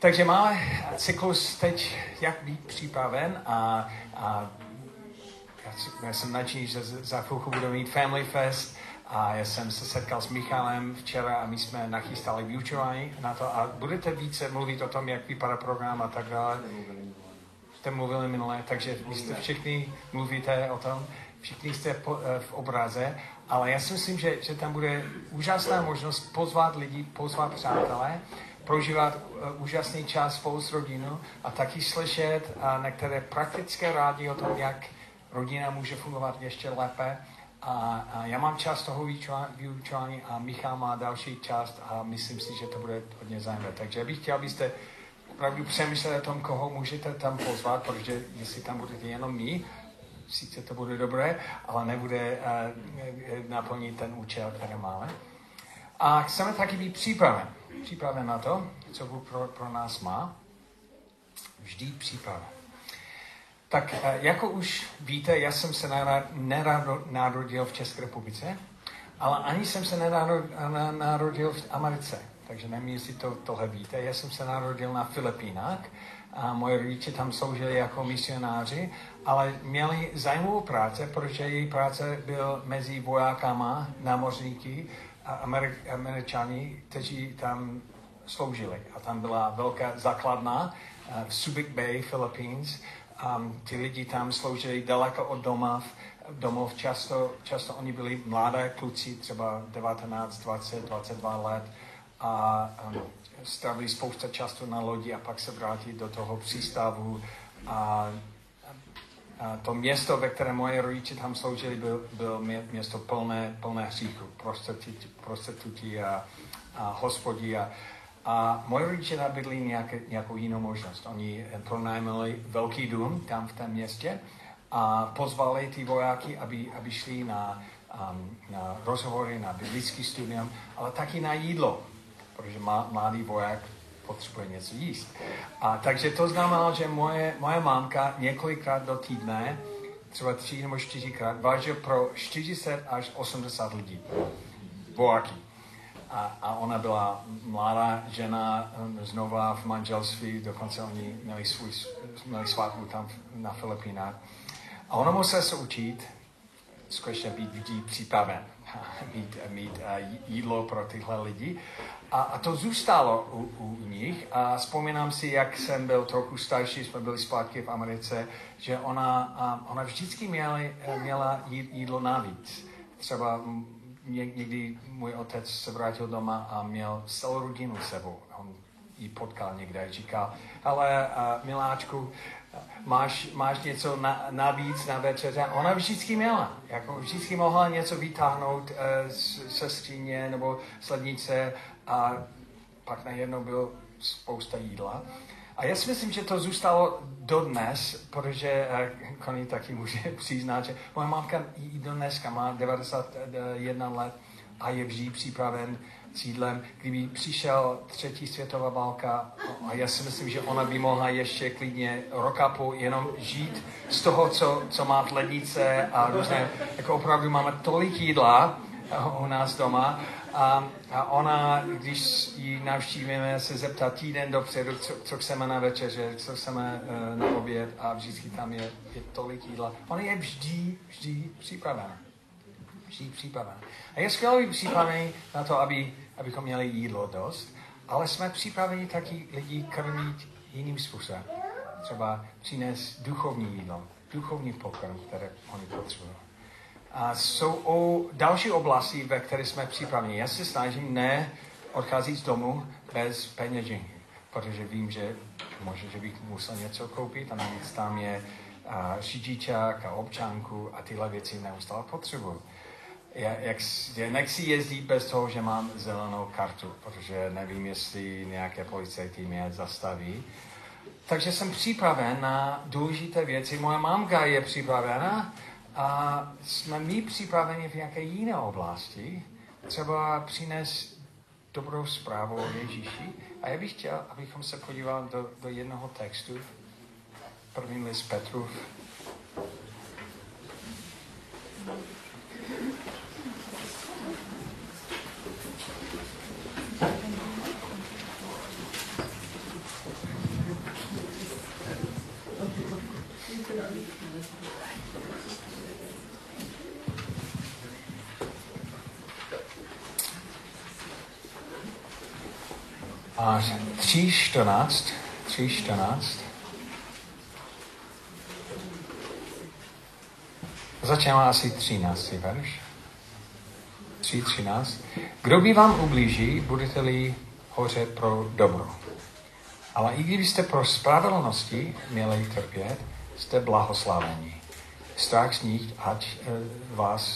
Takže máme cyklus teď, jak být připraven a já jsem nadšený, že za chvilku budeme mít Family Fest a já jsem se setkal s Michalem včera a my jsme nachystali vyučování na to a budete více mluvit o tom, jak vypadá program a tak dále. Jste mluvili minule, takže vy jste všichni mluvíte o tom, všichni jste v obraze, ale já si myslím, že tam bude úžasná možnost pozvat lidi, pozvat přátelé, prožívat úžasný čas spolu s rodinou a taky slyšet některé praktické rády o tom, jak rodina může fungovat ještě lépe. A já mám část toho vyučování a Michal má další část a myslím si, že to bude hodně zajímavé. Takže já bych chtěl, abyste opravdu přemýšleli o tom, koho můžete tam pozvat, protože jestli tam budete jenom my, sice to bude dobré, ale nebude naplnit ten účel, který máme. A chceme taky být připraven na to, co Bůh pro nás má. Vždy připraven. Tak jako už víte, já jsem se narodil v České republice, ale ani jsem se narodil v Americe. Takže nevím, jestli tohle víte. Já jsem se narodil na Filipínách a moje rodiče tam sloužili jako misionáři, ale měli zajímavou práci, protože její práce byl mezi vojákama, námořníky a Američani, kteří tam sloužili. A tam byla velká základna v Subic Bay, Philippines. Ty lidi tam sloužili daleko od domov. Často oni byli mladé kluci, třeba 19, 20, 22 let a strávili spousta času na lodi a pak se vrátili do toho přístavu. A to město, ve kterém moje rodiče tam sloužili, byl město plné hříchu, prostituti a hospodí. A moje rodiče nabídli nějakou jinou možnost. Oni pronájmali velký dům tam v tom městě a pozvali ty vojáky, aby šli na rozhovory, na biblický studium, ale taky na jídlo, protože mladý voják potřebuje něco jíst. A takže to znamenalo, že moje mámka několikrát do týdne, třeba 3 nebo 4krát, vážila pro 40 až 80 lidí. Vojáky. A ona byla mladá žena, znova v manželství, dokonce oni měli svatbu tam na Filipínách. A ona musela se učit, skutečně být vždy připraven, mít jídlo pro tyhle lidi. A to zůstalo u nich. A vzpomínám si, jak jsem byl trochu starší, jsme byli zpátky v Americe, že ona vždycky měla jídlo navíc. Třeba někdy můj otec se vrátil doma a měl celou rodinu s sebou. On ji potkal někde a říkal, ale miláčku, máš něco navíc na večeře? Ona vždycky měla. Jako vždycky mohla něco vytáhnout ze skříně nebo slednice a pak najednou byl spousta jídla. A já si myslím, že to zůstalo dodnes, protože Connie taky může přiznat, že moje mámka i dneska má 91 let a je vždy připraven s jídlem. Kdyby přišel 3. světová válka, a já si myslím, že ona by mohla ještě klidně rok a půl jenom žít z toho, co má v lednice a různé, jako opravdu máme tolik jídla u nás doma. A ona, když ji navštívíme, se zeptá týden dopředu, co chceme na večeře, co chceme na oběd a vždycky tam je tolik jídla. Ona je vždy připravená. Vždy připravená. A je skvělé být připravený na to, abychom měli jídlo dost, ale jsme připraveni taky lidi krmit jiným způsobem. Třeba přinést duchovní jídlo, duchovní pokrm, které oni potřebují. A jsou další oblasti, ve které jsme připraveni. Já se snažím odcházet z domu bez peněženky, protože vím, že možná, že bych musel něco koupit a navíc tam je řidičák a občanku a tyhle věci neustále potřebuji. Já nechci jezdit bez toho, že mám zelenou kartu, protože nevím, jestli nějaké policajty mě zastaví. Takže jsem připraven na důležité věci. Moje mámka je připravena a jsme my připraveni v nějaké jiné oblasti, třeba přinést dobrou zprávu o Ježíši. A já bych chtěl, abychom se podívali do jednoho textu. První list Petrův. A 3.14. Začneme asi 13. verš. 3.13. Kdo by vám ublíží, budete-li hořet pro dobro. Ale i kdybyste pro spravedlnosti měli trpět, jste blahoslavení. Strach z nich, ať vás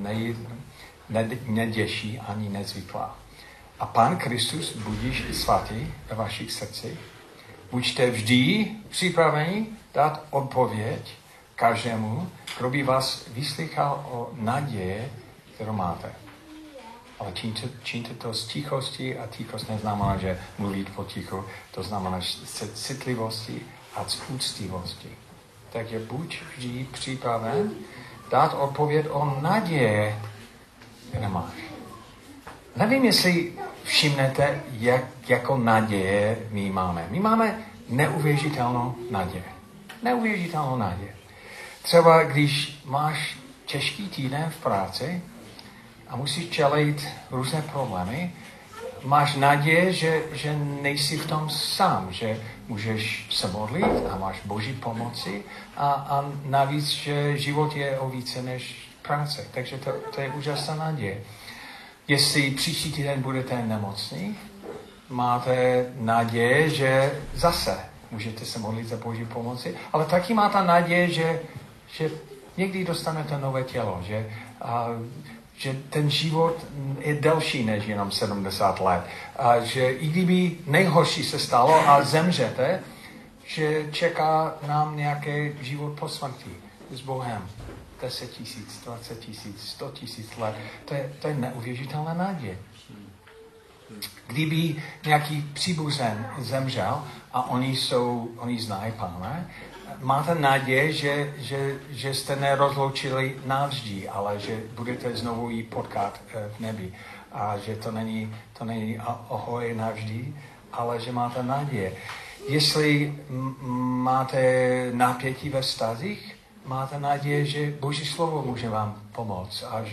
neděší ani nezvyklá. A Pán Kristus budíš svatý ve vašich srdcích. Buďte vždy připraveni dát odpověď každému, kdo by vás vyslychal o naděje, kterou máte. Ale čiňte to z tichosti a tichost neznamená, že mluvit potichu, to znamená z citlivosti a z úctivosti. Takže buď vždy připraven dát odpověď o naděje, které máš. Nevím, jestli všimnete, jakou naděje my máme. My máme neuvěřitelnou naději. Neuvěřitelnou naději. Třeba když máš těžký týden v práci a musíš čelit různé problémy, máš naději, že nejsi v tom sám, že můžeš se modlit a máš Boží pomoci a navíc, že život je o více než práce. Takže to je úžasná naděje. Jestli příští týden budete nemocní, máte naději, že zase můžete se modlit za Boží pomoci, ale taky máte naději, že někdy dostanete nové tělo, že ten život je delší než jenom 70 let. A že i kdyby nejhorší se stalo a zemřete, že čeká nám nějaký život po smrti s Bohem. 10 000, 20 000, 100 000 let. To je neuvěřitelná naděje. Kdyby nějaký příbuzen zemřel a oni znají Pána, máte naději, že jste nerozloučili navždy, ale že budete znovu jí potkat v nebi. A že to není ahoj navždy, ale že máte naději. Jestli máte napětí ve vztazích, máte naději, že Boží slovo může vám pomoct a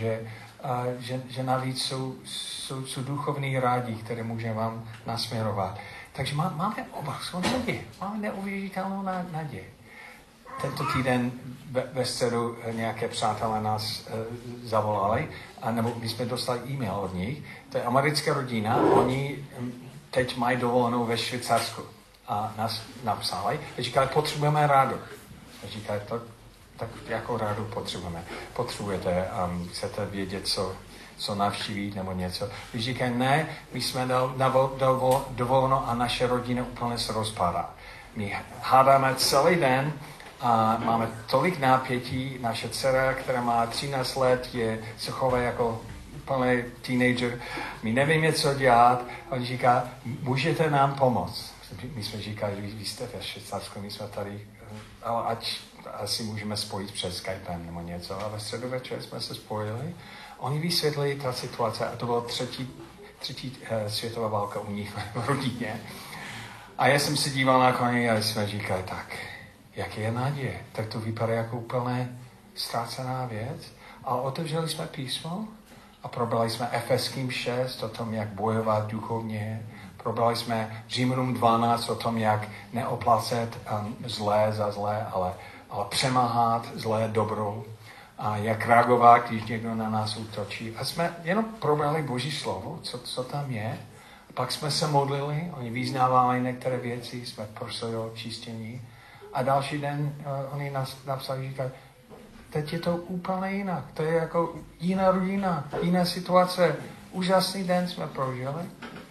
že navíc jsou duchovní rádi, které může vám nasměrovat. Takže máme obrovskou naději. Máme neuvěřitelnou naději. Tento týden ve středu nějaké přátelé nás zavolali, nebo my jsme dostali e-mail od nich. To je americká rodina, oni teď mají dovolenou ve Švýcarsku. A nás napsali a říkali, potřebujeme rádu. A říkali, tak jakou rádu potřebujeme? Potřebujete, chcete vědět, co navštívit nebo něco. Když říkají, ne, my jsme dovolenou a naše rodina úplně se rozpadá. My hádáme celý den a máme tolik napětí. Naše dcera, která má 13 let, se chová jako úplný teenager. My nevíme, co dělat. On říká, můžete nám pomoct. My jsme říkali, že vy jste ve Švýcarsku, my jsme tady, ale ať asi můžeme spojit přes Skypem nebo něco. A ve středu večer jsme se spojili. Oni vysvětlili ta situace a to byla třetí světová válka u nich v rodině. A já jsem se díval na koně a jsme říkali, tak, jaké je naděje? Tak to vypadá jako úplně ztrácená věc. A otevřeli jsme písmo a probrali jsme Efeským 6 o tom, jak bojovat duchovně. Probrali jsme Římanům 12 o tom, jak neoplácet zlé za zlé, ale přemáhat zlé dobrou. A jak reagovat, když někdo na nás útočí. A jsme jenom probrali Boží slovo, co tam je. A pak jsme se modlili, oni vyznávali některé věci, jsme prosili o čištění. A další den oni nás napsali, říkali, teď je to úplně jinak. To je jako jiná rodina, jiná situace. Úžasný den jsme prožili.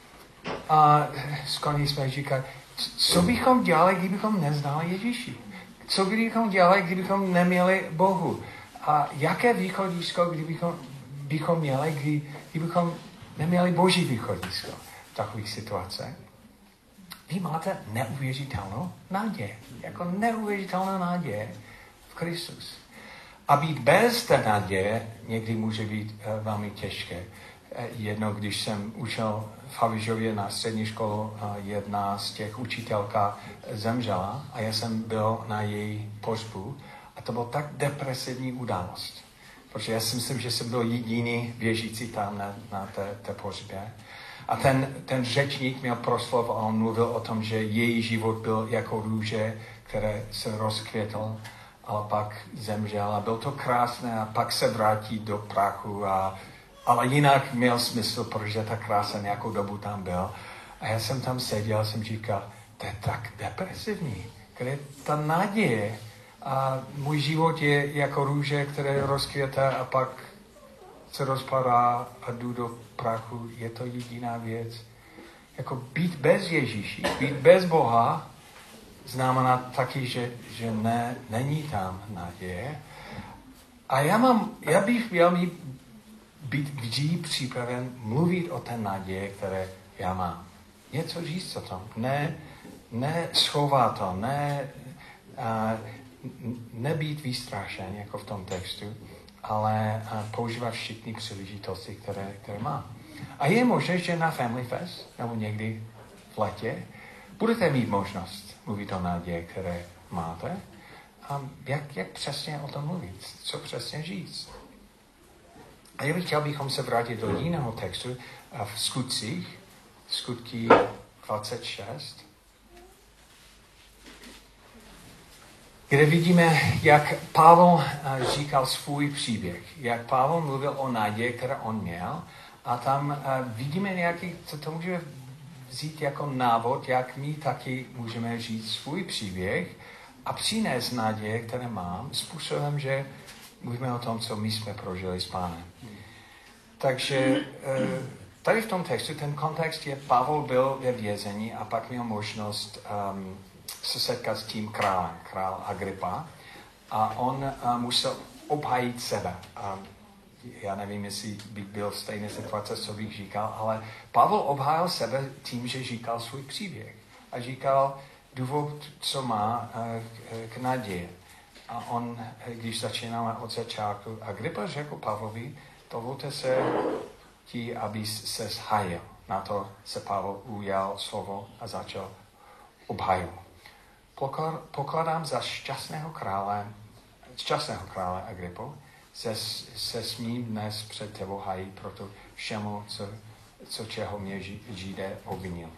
A skončili jsme říkali, co bychom dělali, kdybychom neznali Ježíši? Co bychom dělali, kdybychom neměli Bohu? A jaké východisko bychom měli, kdybychom neměli Boží východisko v takových situacích? Vy máte neuvěřitelnou naději. Jako neuvěřitelná naděje v Kristus. A být bez té naděje někdy může být velmi těžké. Jednou, když jsem učil v Havířově na střední školu, jedna z těch učitelka zemřela a já jsem byl na její pohřbu a to byla tak depresivní událost. Protože já si myslím, že jsem byl jediný věřící tam na té pohřbě. A ten řečník měl proslov a on mluvil o tom, že její život byl jako růže, které se rozkvětl, ale pak zemřel. A bylo to krásné a pak se vrátí do prachu. Ale jinak měl smysl, protože ta krása nějakou dobu tam byl. A já jsem tam seděl a jsem říkal, to je tak depresivní. Kde je ta naděje? A můj život je jako růže, které rozkvětá a pak se rozpadá a jdu do prachu. Je to jediná věc. Jako být bez Ježíši, být bez Boha, znamená taky, že není tam naděje. A já bych měl být vždy připraven mluvit o té naději, které já mám. Něco říct o tom. Ne schovat to, nebýt vystrašen, jako v tom textu, ale používat všechny příležitosti, které má. A je možné, že na Family Fest, nebo někdy v letě, budete mít možnost mluvit o naději, které máte. A jak přesně o tom mluvit? Co přesně říct? A já bych chtěl, bychom se vrátit do jiného textu v Skutcích, Skutky 26, kde vidíme, jak Pavel říkal svůj příběh, jak Pavel mluvil o naději, které on měl, a tam vidíme nějaký, co to můžeme vzít jako návod, jak my taky můžeme říct svůj příběh a přinést naděje, které mám, způsobem, že mluvíme o tom, co my jsme prožili s Pánem. Takže tady v tom textu, ten kontext je, Pavel byl ve vězení a pak měl možnost se setkat s tím král Agrippa, a on musel obhájit sebe. Já nevím, jestli bych byl v stejné situaci, co bych říkal, ale Pavel obhájil sebe tím, že říkal svůj příběh. A říkal důvod, co má k naději. A on, když začínáme od začátku, Agrippa řekl Pavlovi, dovolte se ti, aby se zhájil. Na to se Pavel ujal slovo a začal obhajovat. Pokládám za šťastného krále Agrippo, se smím dnes před tebou hájit proto všemu, čeho mě Židé obvinil.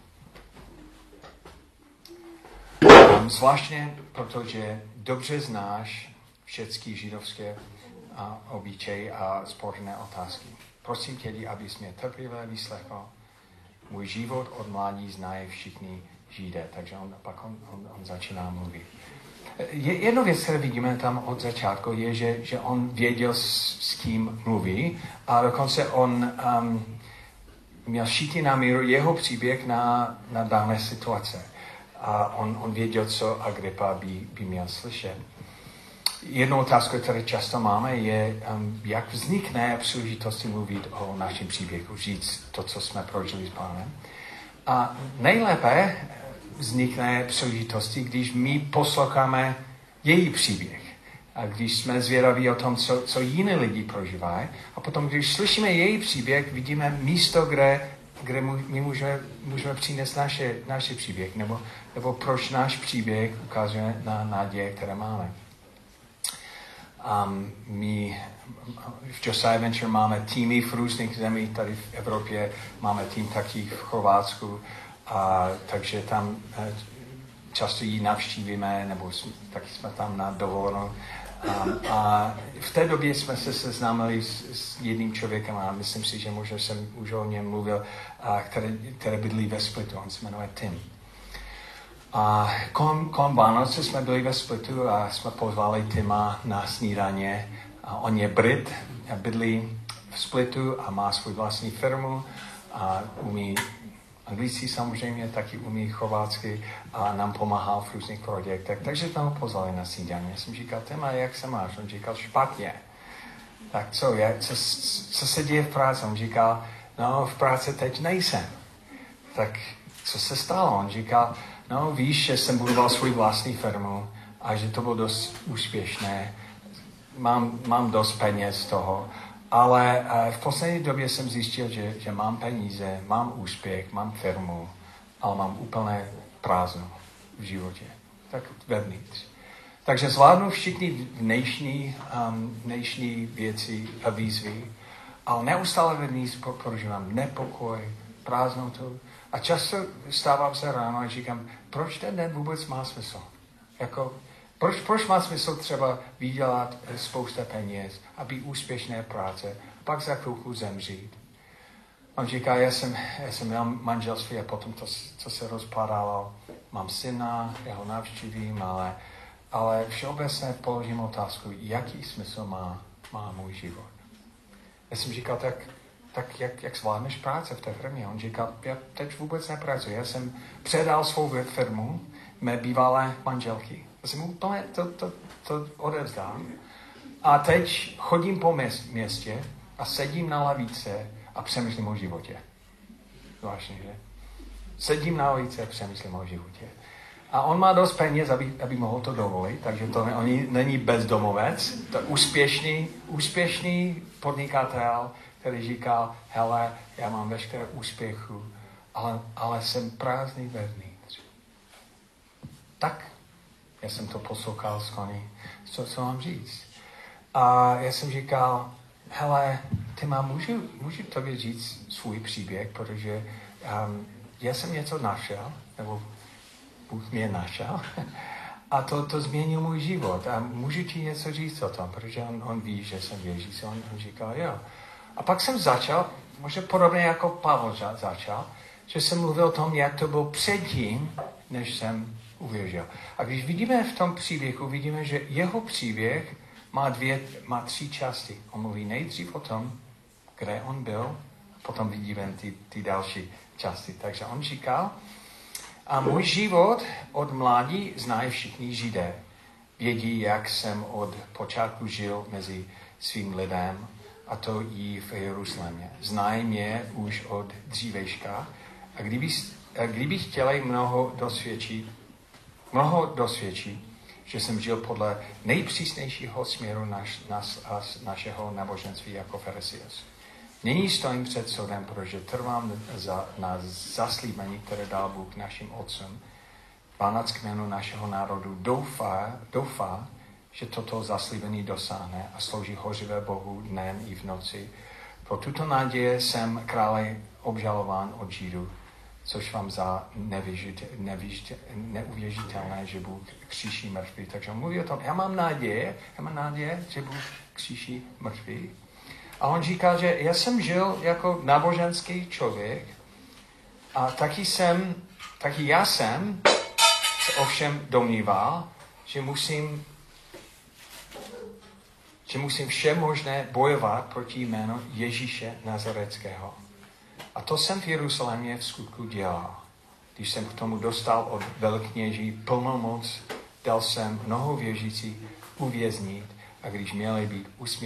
Zvláštně, protože dobře znáš všechny židovské obyčeje a sporné otázky. Prosím tě, abys mě trpěle vyslechl. Můj život od mládí znají všichni Židé, takže on začíná mluvit. Jednu věc, kterou vidíme tam od začátku, je, že on věděl, s kým mluví, a dokonce on měl šitý na míru jeho příběh na dané situace. A on věděl, co Agrippa by měl slyšet. Jednou otázkou, kterou často máme, je, jak vznikne příležitosti mluvit o našem příběhu, říct to, co jsme prožili s Pánem. A nejlépe vznikne příležitosti, když my posloucháme její příběh. A když jsme zvědaví o tom, co jiné lidi prožívají. A potom, když slyšíme její příběh, vidíme místo, kde my můžeme přinést naše příběh. Nebo proč náš příběh ukazuje na naděje, které máme. My v Josiah Venture máme týmy v různých zemích, tady v Evropě máme tým taky v Chorvatsku, takže tam často ji navštívíme, nebo taky jsme tam na dovolenou. A v té době jsme se seznámili s jedním člověkem, a myslím si, že možná jsem už o něm mluvil, který bydlí ve Splitu, on se jmenuje Tim. A kolem Vánoce jsme byli ve Splitu a jsme pozvali Tima na snídaně. A on je Brit, bydlí v Splitu a má svou vlastní firmu a umí anglicky samozřejmě, taky umí chorvatsky a nám pomáhal v různých projektech. Takže jsme ho pozvali na snídaně. Já jsem říkal, Tima, jak se máš? On říkal, špatně. Tak co se děje v práci? On říkal, no v práci teď nejsem. Tak co se stalo? On říkal, no víš, že jsem budoval svou vlastní firmu a že to bylo dost úspěšné. Mám dost peněz z toho, ale v poslední době jsem zjistil, že mám peníze, mám úspěch, mám firmu, ale mám úplně prázdno v životě. Tak vevnitř. Takže zvládnu všechny dnešní věci a výzvy, ale neustále vevnitř prožívám nepokoj, prázdnotu. A často stávám se ráno a říkám, proč ten den vůbec má smysl? Jako, proč má smysl třeba vydělat spousta peněz a být úspěšné práce a pak za chvilku zemřít? On říká, já jsem měl manželství a potom to se rozpadalo. Mám syna, já ho navštívím, ale všeobecně položím otázku, jaký smysl má můj život. Já jsem říkal, tak jak zvládneš práce v té firmě? On říkal, já teď vůbec nepracuji. Já jsem předal svou firmu mé bývalé manželky. Já jsem úplně to odevzdal. A teď chodím po městě a sedím na lavice a přemýšlím o životě. Zvláštně, že? Sedím na lavice a přemýšlím o životě. A on má dost peněz, aby mohl to dovolit, takže on není bezdomovec. To je úspěšný podnikatel, který říká, hele, já mám veškeré úspěchu, ale jsem prázdný vevnitř. Tak, já jsem to poslouchal s Koní, co mám říct. A já jsem říkal, hele, můžu tobě říct svůj příběh, protože já jsem něco našel, nebo Bůh mě našel, a to změnil můj život. A můžu ti něco říct o tom, protože on ví, že jsem věřící. On říkal, jo. A pak jsem začal, možná podobně jako Pavel začal, že jsem mluvil o tom, jak to bylo předtím, než jsem uvěřil. A když vidíme v tom příběhu, vidíme, že jeho příběh má 3 části. On mluví nejdřív o tom, kde on byl, potom vidíme ty další části. Takže on říkal, a můj život od mládí znají všichni Židé. Vědí, jak jsem od počátku žil mezi svým lidem, a to i v Jeruzalémě. Znají mě už od dřívejška. A kdyby chtěli mnoho dosvědčit, že jsem žil podle nejpřísnějšího směru našeho náboženství jako Farisejus. Nyní stojím před soudem, protože trvám na zaslíbení, které dal Bůh našim otcům. 12 kmenů našeho národu doufá, že toto zaslíbení dosáhne a slouží hořivé Bohu dnem i v noci. Pro tuto naději jsem králi obžalován od Židů, což vám za neuvěřitelné, že Bůh kříží mrtvý. Takže on mluví o tom, já mám naděje, že Bůh kříží mrtvý. A on říká, že já jsem žil jako náboženský člověk a taky já jsem se ovšem domníval, že musím vše možné bojovat proti jménu Ježíše Nazareckého. A to jsem v Jeruzalémě v skutku dělal. Když jsem k tomu dostal od velkněží plnomoc, dal jsem mnoho věřících uvěznit a když měli být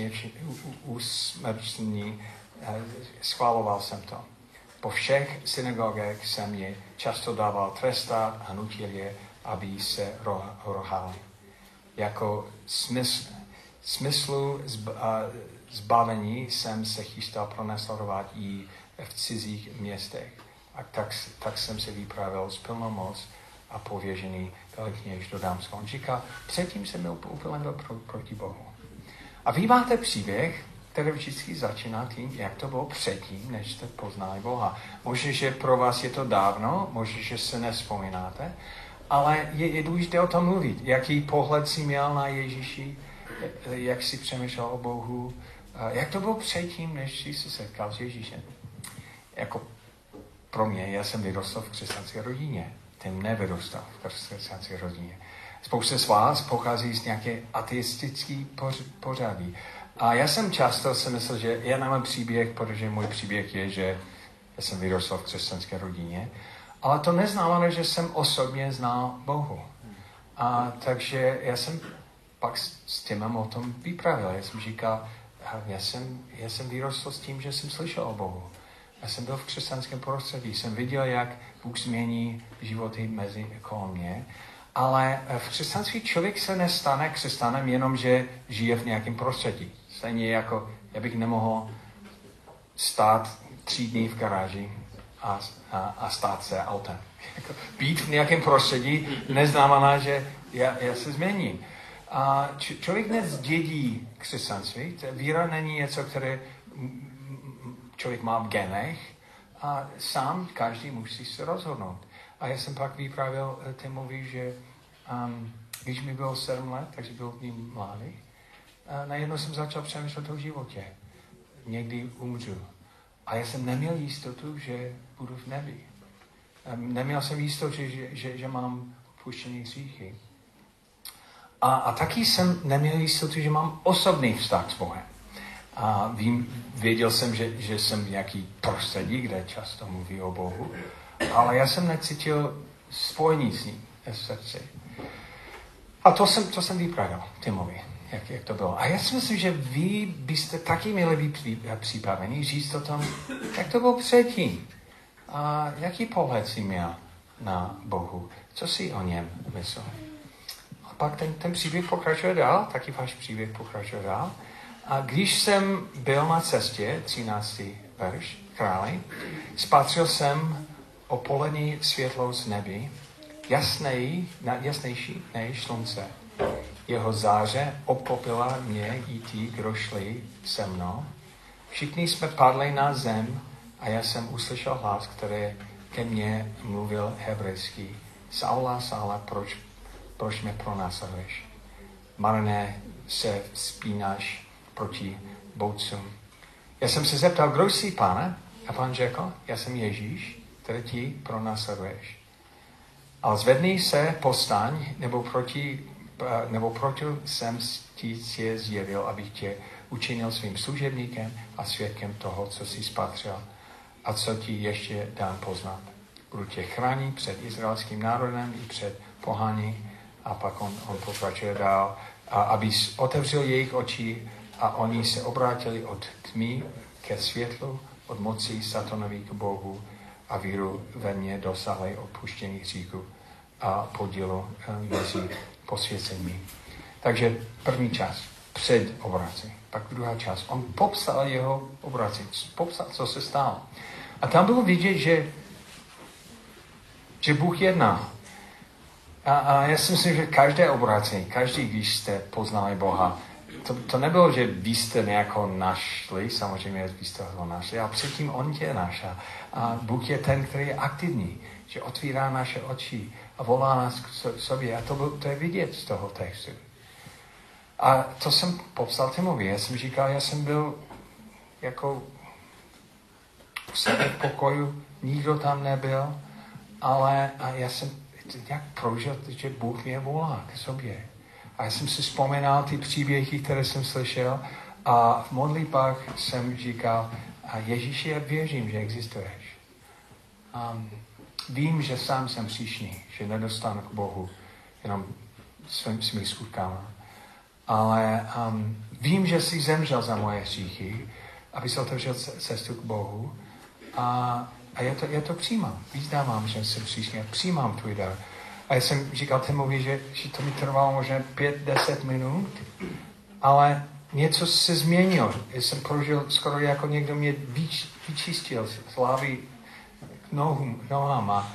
usmrcení, schvaloval jsem to. Po všech synagogách jsem je často dával trestat a nutil je, aby se rohali. Jako smyslu zbavení jsem se chystal pronásledovat i v cizích městech. A tak jsem se vypravil z plnomoc a pověřený velkněž do Dámska. On říká, předtím jsem byl úplně proti Bohu. A vy máte příběh, který vždycky začíná tím, jak to bylo předtím, než jste poznali Boha. Možná, že pro vás je to dávno, možná, že se nevzpomínáte, ale je důležité o tom mluvit. Jaký pohled jsi měl na Ježíši, jak jsi přemýšlel o Bohu, jak to bylo předtím, než jsi se setkal s Ježíšem. Jako pro mě, já jsem vyrostl v křesťanské rodině. Ten nevyrostl v křesťanské rodině. Spousta z vás pochází z nějaké ateistické pořadí. A já jsem často si myslel, že já nemám příběh, protože můj příběh je, že já jsem vyrostl v křesťanské rodině. Ale to neznamená, že jsem osobně znal Bohu. A takže já jsem pak s Timem o tom vyprávěl. Já jsem říkal, já jsem vyrostl s tím, že jsem slyšel o Bohu. Já jsem byl v křesťanském prostředí. Jsem viděl, jak Bůh změní životy mezi kolem mě. Ale v křesťanství člověk se nestane křesťanem jenom, že žije v nějakém prostředí. Stejně jako já bych nemohl stát 3 dny v garáži a stát se autem. Být v nějakém prostředí neznamená, že já se změním. A člověk nezdědí křesťanství. Víra není něco, které člověk má v genech, a sám každý musí se rozhodnout. A já jsem pak vyprávěl Timovi, že když mi bylo 7 let, takže byl v ním mladý, najednou jsem začal přemýšlet o životě. Někdy umřu. A já jsem neměl jistotu, že budu v nebi. Neměl jsem jistotu, že mám odpuštění hříchy. A taky jsem neměl jistotu, že mám osobný vztah s Bohem. A věděl jsem, že jsem nějaký prostředí, kde často mluví o Bohu, ale já jsem necítil spojení s ním v srdci. A to jsem vyprávěl Timovi, jak to bylo. A já si myslím, že vy byste taky měli být připraveni říct o tom, jak to bylo předtím. A jaký pohled jsi měl na Bohu? Co si o něm myslel? A pak ten příběh pokračuje dál, taky váš příběh pokračuje dál. A když jsem byl na cestě, 13. verš, králi, spatřil jsem opolední světlo z nebi, jasnější než slunce. Jeho záře obklopila mě i ti, kdo šli se mnou. Všichni jsme padli na zem a já jsem uslyšel hlas, který ke mně mluvil hebrejsky. Saula, Saula, proč mě pronásleduješ? Marné se vzpínáš proti boudcům. Já jsem se zeptal, kdo jsi, Pane? A Pán řekl, já jsem Ježíš, který ti pronásleduješ. Ale zvedni se, povstaň, nebo proti jsem ti tě zjevil, abych tě učinil svým služebníkem a svědkem toho, co jsi spatřil a co ti ještě dám poznat. Budu tě chránit před izraelským národem i před pohaní. A pak on pokračuje dál, aby otevřel jejich oči a oni se obrátili od tmy ke světlu, od moci satanový k Bohu a víru ve mě dosáhli odpuštění hříchu a podílu věcí posvěcení. Takže první část, před obracení. Pak druhá část. On popsal jeho obracení, popsal, co se stalo. A tam bylo vidět, že Bůh jedná. A já si myslím, že každé obrácení, když jste poznali Boha, to nebylo, že vy jste nějakou našli, samozřejmě vy jste ho našli, ale předtím on tě našel. A Bůh je ten, který je aktivní, že otvírá naše oči a volá nás k sobě. A to je vidět z toho textu. A to jsem popsal Timovi. Já jsem říkal, já jsem byl jako u sebe v pokoju, nikdo tam nebyl, ale já jsem jak prožil, že Bůh mě volá k sobě. A já jsem si vzpomínal ty příběhy, které jsem slyšel a v modlitbách jsem říkal, a Ježíši, já věřím, že existuješ. Vím, že sám jsem příšný, že nedostanu k Bohu jenom svými skutkama. Ale vím, že jsi zemřel za moje hříchy, aby se otevřel cestu k Bohu. A já to přijímám. Vyznávám, že jsem příšný a přijímám tvůj dar. A já jsem říkal Timovi, že to mi trvalo možná 5-10 minut, ale něco se změnilo. Já jsem prožil skoro jako někdo mě vyčistil z hlavy k nohama,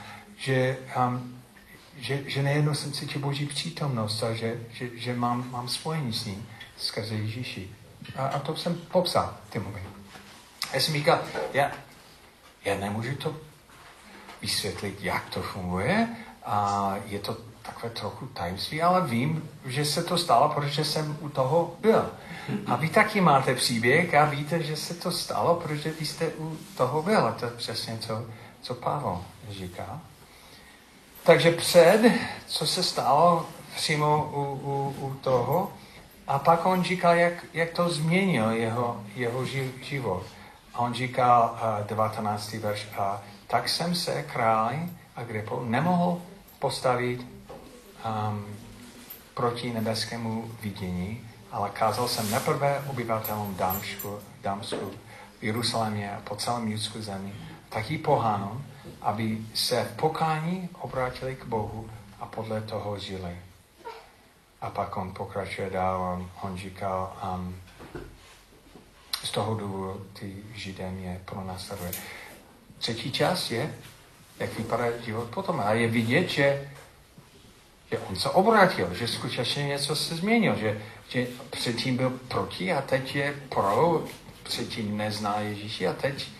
že nejednou jsem cítil Boží přítomnost a že mám spojení s ním skrze Ježíši. A to jsem popsal Timovi. Já jsem říkal, já nemůžu to vysvětlit, jak to funguje, a je to takové trochu tajemství, ale vím, že se to stalo, protože jsem u toho byl. A vy taky máte příběh a víte, že se to stalo, protože vy jste u toho byl. A to je přesně, co Pavel říká. Takže co se stalo přímo u toho, a pak on říkal, jak to změnil jeho život. A on říkal 19. verš, a tak jsem se králi Agripo nemohl postavit proti nebeskému vidění, ale kázal jsem neprve obyvatelům Damsku, v Jeruzalémě a po celém judskou zemi, taky pohánům, aby se v pokání obrátili k Bohu a podle toho žili. A pak on pokračuje dál, on říkal, z toho důvodu ty Židé mě pronásleduje. Třetí část je, jak vypadá život potom. A je vidět, že on se obrátil, že skutečně něco se změnil, že předtím byl proti a teď je pro, předtím nezná Ježíši a teď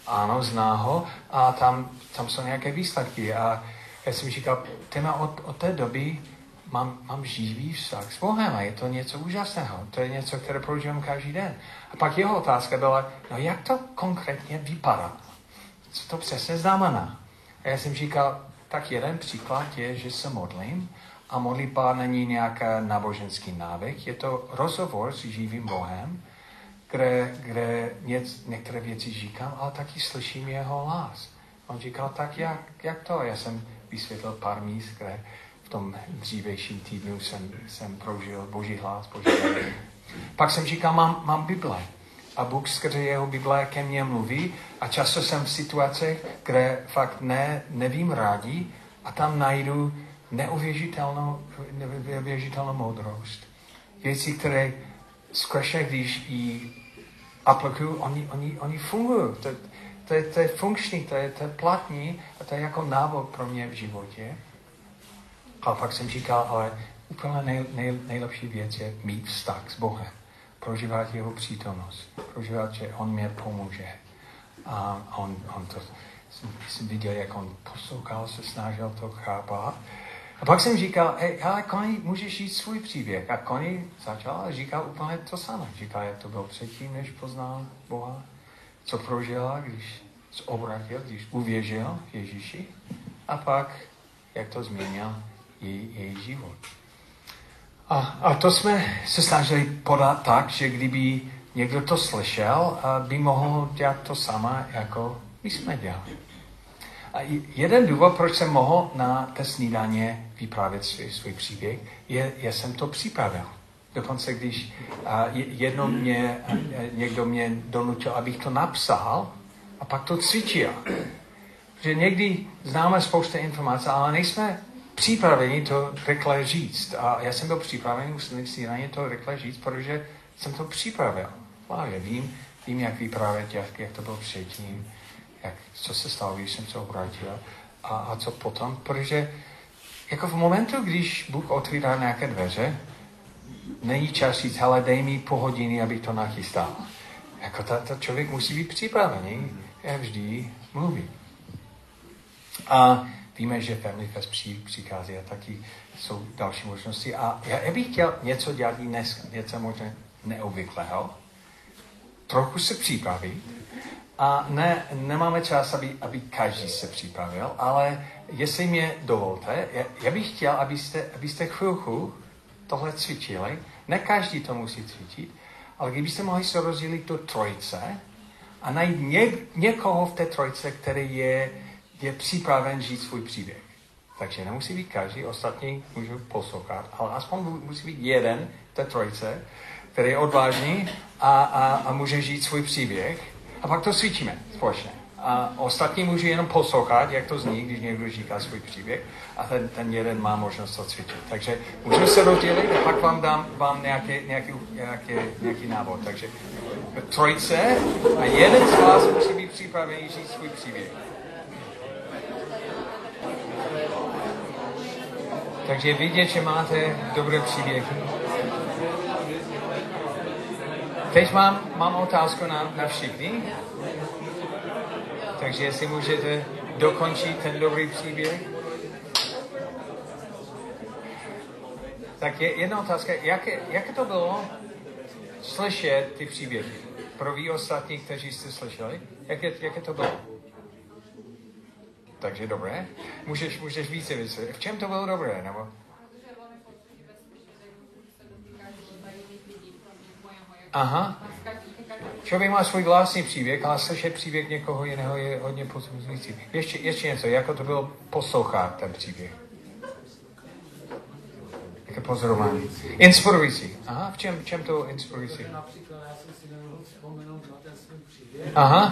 ano, zná ho a tam jsou nějaké výsledky. A já jsem říkal, od té doby mám živý vztah s Bohem a je to něco úžasného. To je něco, které prožívám každý den. A pak jeho otázka byla, no jak to konkrétně vypadá? Co to přesně znamená? A já jsem říkal, tak jeden příklad je, že se modlím a modlitba není nějaký náboženský návyk, je to rozhovor s živým Bohem, kde některé věci říkám, ale taky slyším jeho hlas. On říkal, tak jak to? Já jsem vysvětlil pár míst, kde v tom dřívějším týdnu jsem prožil Boží hlas, Boží hlas. Pak jsem říkal, mám Bible. A Bůh skrze jeho Bible ke mně mluví a často jsem v situacích, kde fakt nevím rádi a tam najdu neuvěřitelnou moudrost. Věci, které skutečně, když ji aplikuju, oni fungují. To je funkční, to je platný a to je jako návod pro mě v životě. A pak jsem říkal, ale úplně nejlepší věc je mít vztah s Bohem. Prožívat jeho přítomnost. Prožívat, že on mě pomůže. A on to, jsem viděl, jak on poslouchal, se snažil to chápat. A pak jsem říkal, ale Connie, můžeš říct svůj příběh. A Connie začal a říkal úplně to samé. Říkal, jak to bylo předtím, než poznal Boha. Co prožila, když se obratil, když uvěřil Ježíši. A pak, jak to změnil její život. A to jsme se snažili podat tak, že kdyby někdo to slyšel, by mohl dělat to samé, jako my jsme dělali. A jeden důvod, proč jsem mohl na té snídaně vyprávět svůj příběh, je jsem to připravil. Dokonce, když někdo mě donutil, abych to napsal a pak to cvičil. Protože někdy známe spoustu informací, ale nejsme připraveni to rychle říct. A já jsem byl připravený u snídaně to rychle říct, protože jsem to připravil. Právě vím, jak vyprávět, jak to bylo předtím, co se stalo, když jsem se obrátil a co potom. Protože jako v momentu, když Bůh otvírá nějaké dveře, není čas říct, hele, dej mi půl hodiny, aby to nachystal. Jako ta člověk musí být připravený, jak vždy mluví. A víme, že Family Fest přichází a taky jsou další možnosti. A já bych chtěl něco dělat i dnes, něco možná neobvyklého. Trochu se připravit. A nemáme čas, aby každý se připravil, ale jestli mě dovolte, já bych chtěl, abyste chvilku tohle cvičili. Ne každý to musí cvičit, ale kdybyste mohli se rozdělit do trojice a najít někoho v té trojice, který je připraven žít svůj příběh. Takže nemusí být každý, ostatní můžu poslouchat, ale aspoň musí být jeden v té trojice, který je odvážný a může žít svůj příběh. A pak to cvičíme společně. A ostatní můžu jenom poslouchat, jak to zní, když někdo říká svůj příběh. A ten jeden má možnost to cvičit. Takže můžeme se rozdělit a pak vám dám nějaký návod. Takže trojice a jeden z vás musí být připravený žít svůj příběh. Takže vidět, že máte dobré příběhy. Teď mám otázku na všichni. Takže jestli můžete dokončit ten dobrý příběh. Tak jedna otázka. Jak to bylo slyšet ty příběhy? Pro vy ostatní, kteří jste slyšeli, jak to bylo? Takže dobré. Můžeš více vysvětlit. V čem to bylo dobré? Nebo? Aha. Člověk má svůj vlastní příběh, ale slyšet příběh někoho jiného je hodně pozbuzující. Ještě něco, jako to bylo poslouchat ten příběh. Jaké pozorování. Inspirující. Aha, v čem to inspirující? Například já jsem si nemohl vzpomenout na ten svůj příběh. Aha.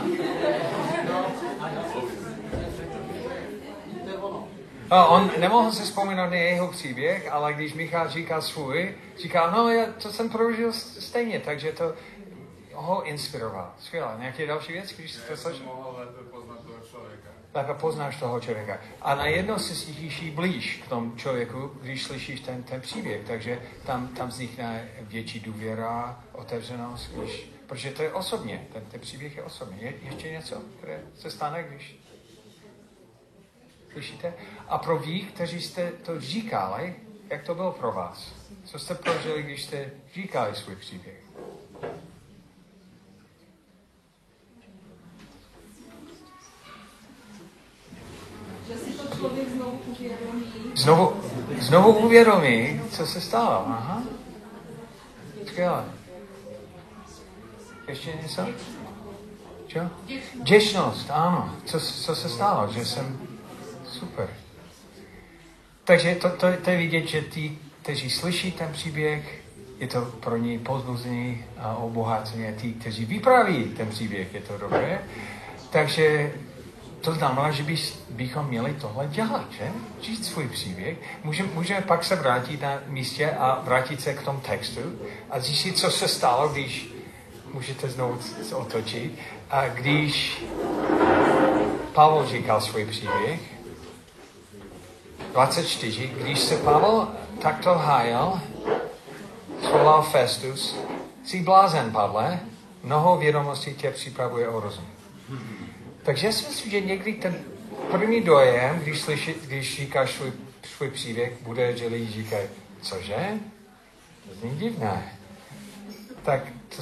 On nemohl se vzpomenout na jeho příběh, ale když Michal říkal svůj, říkal, no to jsem prožil stejně, takže to ho inspiroval. Skvělé. Nějaké další věc, když to slyšel? Mohl lépe poznat toho člověka. Lépe poznáš toho člověka. A najednou se cítíš blíž k tomu člověku, když slyšíš ten příběh, takže tam vznikne větší důvěra, otevřenost, Protože to je osobně, ten příběh je osobně. Je ještě něco, které se stane, když slyšíte? A pro vy, kteří jste to říkali, jak to bylo pro vás? Co jste prožili, když jste říkali svůj příběh? Že si to člověk znovu uvědomí. Znovu uvědomí, co se stalo. Aha. Skvěle. Ještě něco? Čo? Vděčnost, ano. Co se stalo? Že jsem... Super. Takže to je vidět, že ti, kteří slyší ten příběh, je to pro ně povzbuzení a obohacení. A ti, kteří vypráví ten příběh, je to dobré. Takže to znamená, že bychom měli tohle dělat, že? Říct svůj příběh. Můžeme pak se vrátit na místě a vrátit se k tomu textu a zjistit, co se stalo, když můžete znovu se otočit. A když Pavel říkal svůj příběh, 24, když se Pavel takto hájil, svolal Festus, jsi blázen, Pavle, mnoho vědomostí tě připravuje o rozum. Takže já si myslím, že někdy ten první dojem, když říkáš svůj příběh, bude, že lidi říkají, cože? To zní divné. Tak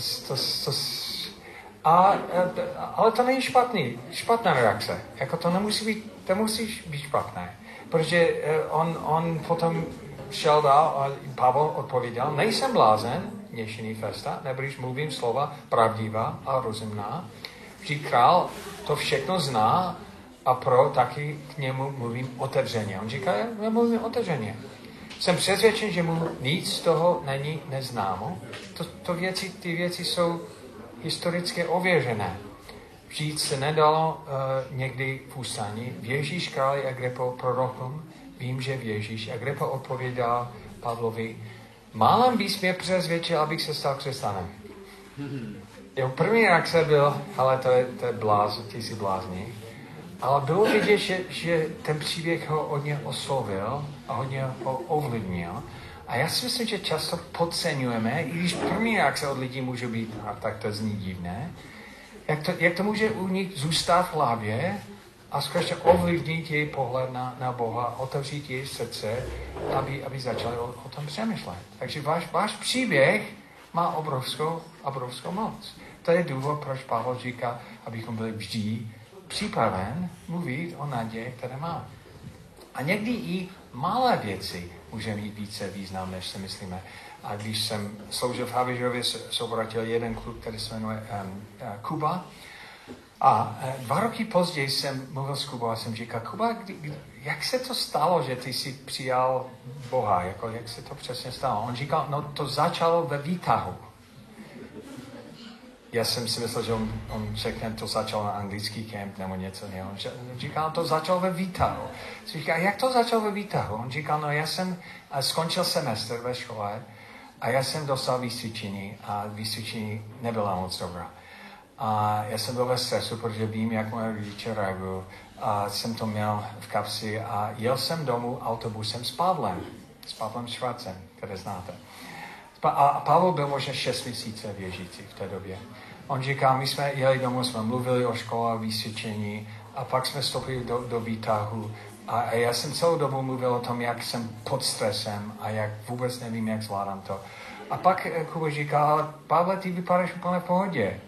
ale to není špatná reakce. Jako to musíš být špatné. Protože on potom šel dál a Pavel odpověděl, nejsem blázen, něšený Festa, nebo když mluvím slova pravdivá a rozumná, že král to všechno zná a taky k němu mluvím otevřeně. On říká, já mluvím otevřeně. Jsem přesvědčen, že mu nic z toho není neznámo. Ty věci jsou historicky ověřené. Žít se nedalo někdy v ústání. Věříš, králi Agripo, prorokům? Vím, že věříš. Agripa odpověděl Pavlovi, málem bys mě přesvědčil, abych se stal křesťanem. Jeho první reakce byl, ale to je blázen, ty jsi blázní. Ale bylo vidět, že ten příběh ho hodně oslovil a hodně ho ovlivnil. A já si myslím, že často podceňujeme, i když první reakce od lidí může být, a tak to zní divné, jak to může u nich zůstat v hlavě a skutečně ovlivnit její pohled na Boha, otevřít její srdce, aby začali o tom přemýšlet. Takže váš příběh má obrovskou moc. To je důvod, proč Pavel říká, abychom byli vždy připraven mluvit o naději, které má. A někdy i malé věci může mít více význam, než si myslíme. A když jsem sloužil v Havířově, se obratil jeden kluk, který se jmenuje Kuba. A 2 roky později jsem mluvil s Kubou a jsem říkal, Kuba, jak se to stalo, že ty jsi přijal Boha? Jak se to přesně stalo? On říkal, no to začalo ve výtahu. Já jsem si myslel, že on řekne, to začalo na anglický kemp nebo něco. Ne? On říkal, to začalo ve výtahu. Říkal, jak to začalo ve výtahu? On říkal, no já jsem skončil semestr ve škole a já jsem dostal výcvičení a výcvičení nebyla moc dobrá. A já jsem byl ve stresu, protože vím, jak moje rodiče reagují. A jsem to měl v kapsi a jel jsem domů autobusem s Pavlem Švarcem, které znáte. A Pavel byl možná 6 měsíců věřící v té době. On říká, my jsme jeli domů, jsme mluvili o škole, výcvičení a pak jsme vstoupili do výtahu. A já jsem celou dobu mluvil o tom, jak jsem pod stresem a jak vůbec nevím, jak zvládám to. A pak Kuba říká, Pavle, ty vypadáš úplně v pohodě.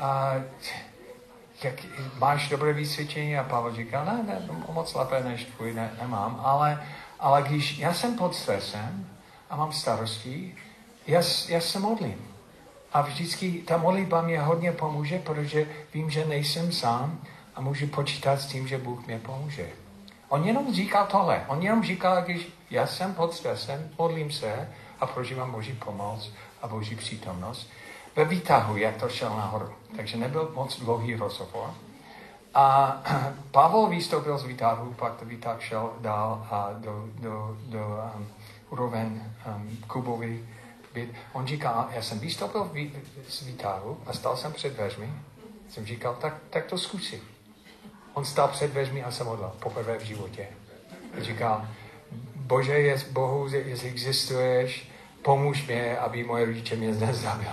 Jak, máš dobré výcvičení? A Pavel říká, ne, moc lépe než tvůj, nemám. Ale když já jsem pod stresem a mám starosti, já se modlím. A vždycky ta modlitba mě hodně pomůže, protože vím, že nejsem sám a můžu počítat s tím, že Bůh mě pomůže. On jenom říkal tohle. On jenom říkal, když já jsem pod stresem, modlím se a prožívám Boží pomoc a Boží přítomnost. Ve výtahu, jak to šel nahoru. Takže nebyl moc dlouhý rozhovor. A Pavel vystoupil z výtahu, pak to výtah šel dál a do úroveň Kubovi. On říkal, já jsem vystoupil z výtahu a stal jsem před dveřmi. Jsem říkal, tak to zkusím. On stál před dveřmi a se modlil poprvé v životě. A říkal, Bože, Bohu, jestli existuješ pomůž mi, aby moje rodiče mě nezabili.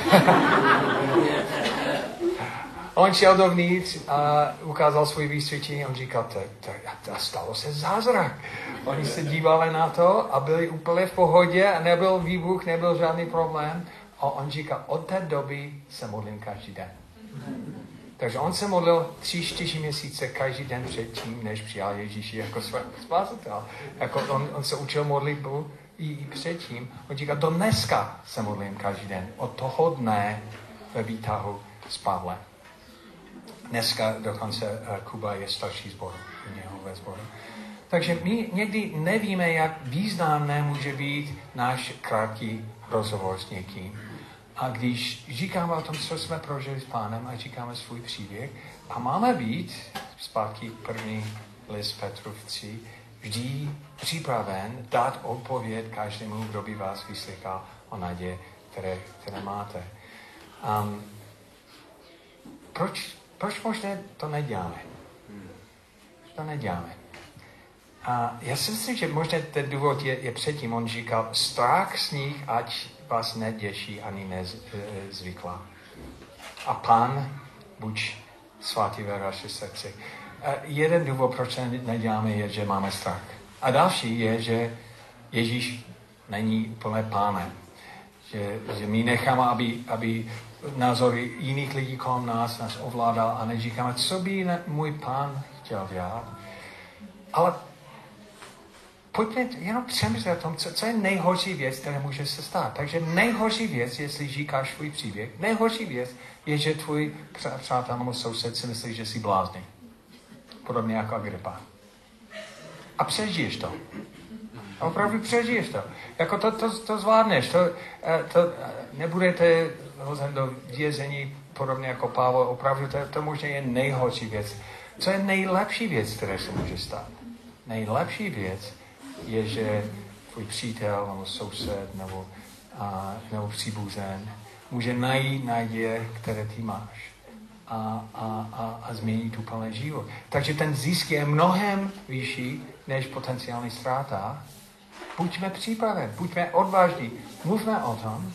On šel dovnitř a ukázal svůj výsvědčení. On říkal, to stalo se zázrak. Oni se dívali na to a byli úplně v pohodě a nebyl výbuch, nebyl žádný problém. A on říkal, od té doby se modlím každý den. Takže on se modlil 3-4 měsíce každý den předtím, než přijal Ježíši jako spasitel. Jako on se učil modlitbu i předtím. On říkal, do dneska se modlím každý den. Od toho dne ve výtahu z Pavle. Dneska dokonce Kuba je starší sbor, něho ve sboru. Takže my někdy nevíme, jak významné může být náš krátký rozhovor s někým. A když říkáme o tom, co jsme prožili s Pánem a říkáme svůj příběh a máme být, zpátky první list Petrův 3, vždy připraven dát odpověď každému, kdo by vás vyslechal o naději, které máte. Proč možná to neděláme? To neděláme. A já si myslím, že možná ten důvod je předtím. On říkal, strach z nich, ať vás neděší ani nezvyklá. A Pán, buď svatý ve vaše srdci. Jeden důvod, proč to neděláme, je, že máme strach. A další je, že Ježíš není úplně Pánem. Že my necháme, aby názory jiných lidí kolem nás ovládal a neříkáme, co by můj Pán chtěl dělat. Ale pojďme jenom přemýšlet o tom, co je nejhorší věc, která může se stát. Takže nejhorší věc, jestli říkáš svůj příběh, nejhorší věc je, že tvůj přátel nebo soused si myslí, že jsi blázný. Podobně jako Agripa. A přežiješ to. A opravdu přežiješ to. Jako to zvládneš. To nebudete hozen do vězení podobně jako Pavel. Opravdu to možná je nejhorší věc. Co je nejlepší věc, která se může stát? Nejlepší věc je, že tvůj přítel nebo soused nebo příbuzen může najít naděje, které ty máš a změnit úplně život. Takže ten zisk je mnohem vyšší než potenciální ztráta. Buďme připraveni, buďme odvážní, mluvme o tom.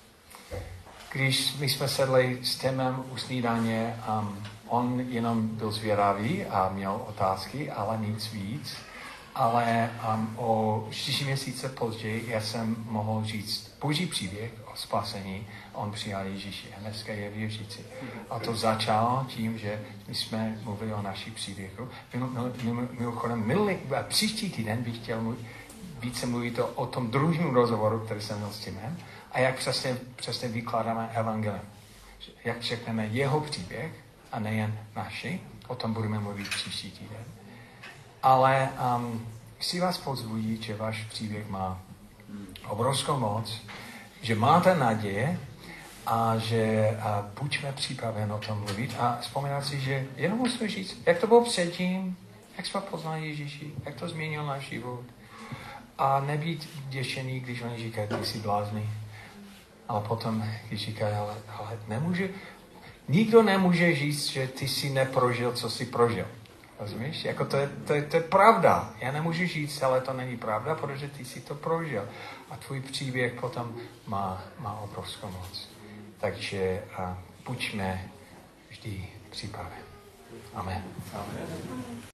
Když my jsme sedli s Timem u snídaně, on jenom byl zvědavý a měl otázky, ale nic víc. Ale o 4 měsíce později já jsem mohl říct Boží příběh o spasení. On přijal Ježíši a dneska je věřící. A to začalo tím, že my jsme mluvili o naší příběhu. Mimochodem, příští týden bych chtěl více mluvit o tom druhém rozhovoru, který jsem měl s Timem, a jak přesně vykládáme evangelium. Jak řekneme jeho příběh a nejen naši. O tom budeme mluvit příští týden. Ale chci vás povzbudit, že váš příběh má obrovskou moc, že máte naděje a že buďme připraveni o tom mluvit a vzpomínat si, že jenom musíme říct, jak to bylo předtím, jak jsme poznali Ježíši, jak to změnil náš život. A nebýt děšený, když oni říkají, ty jsi blázný. Ale potom, když říkají, ale nemůže, nikdo nemůže říct, že ty jsi neprožil, co jsi prožil. Rozumíš? Jako to je pravda. Já nemůžu říct, ale to není pravda, protože ty jsi to prožil. A tvůj příběh potom má obrovskou moc. Takže buďme vždy připraveni. Amen. Amen.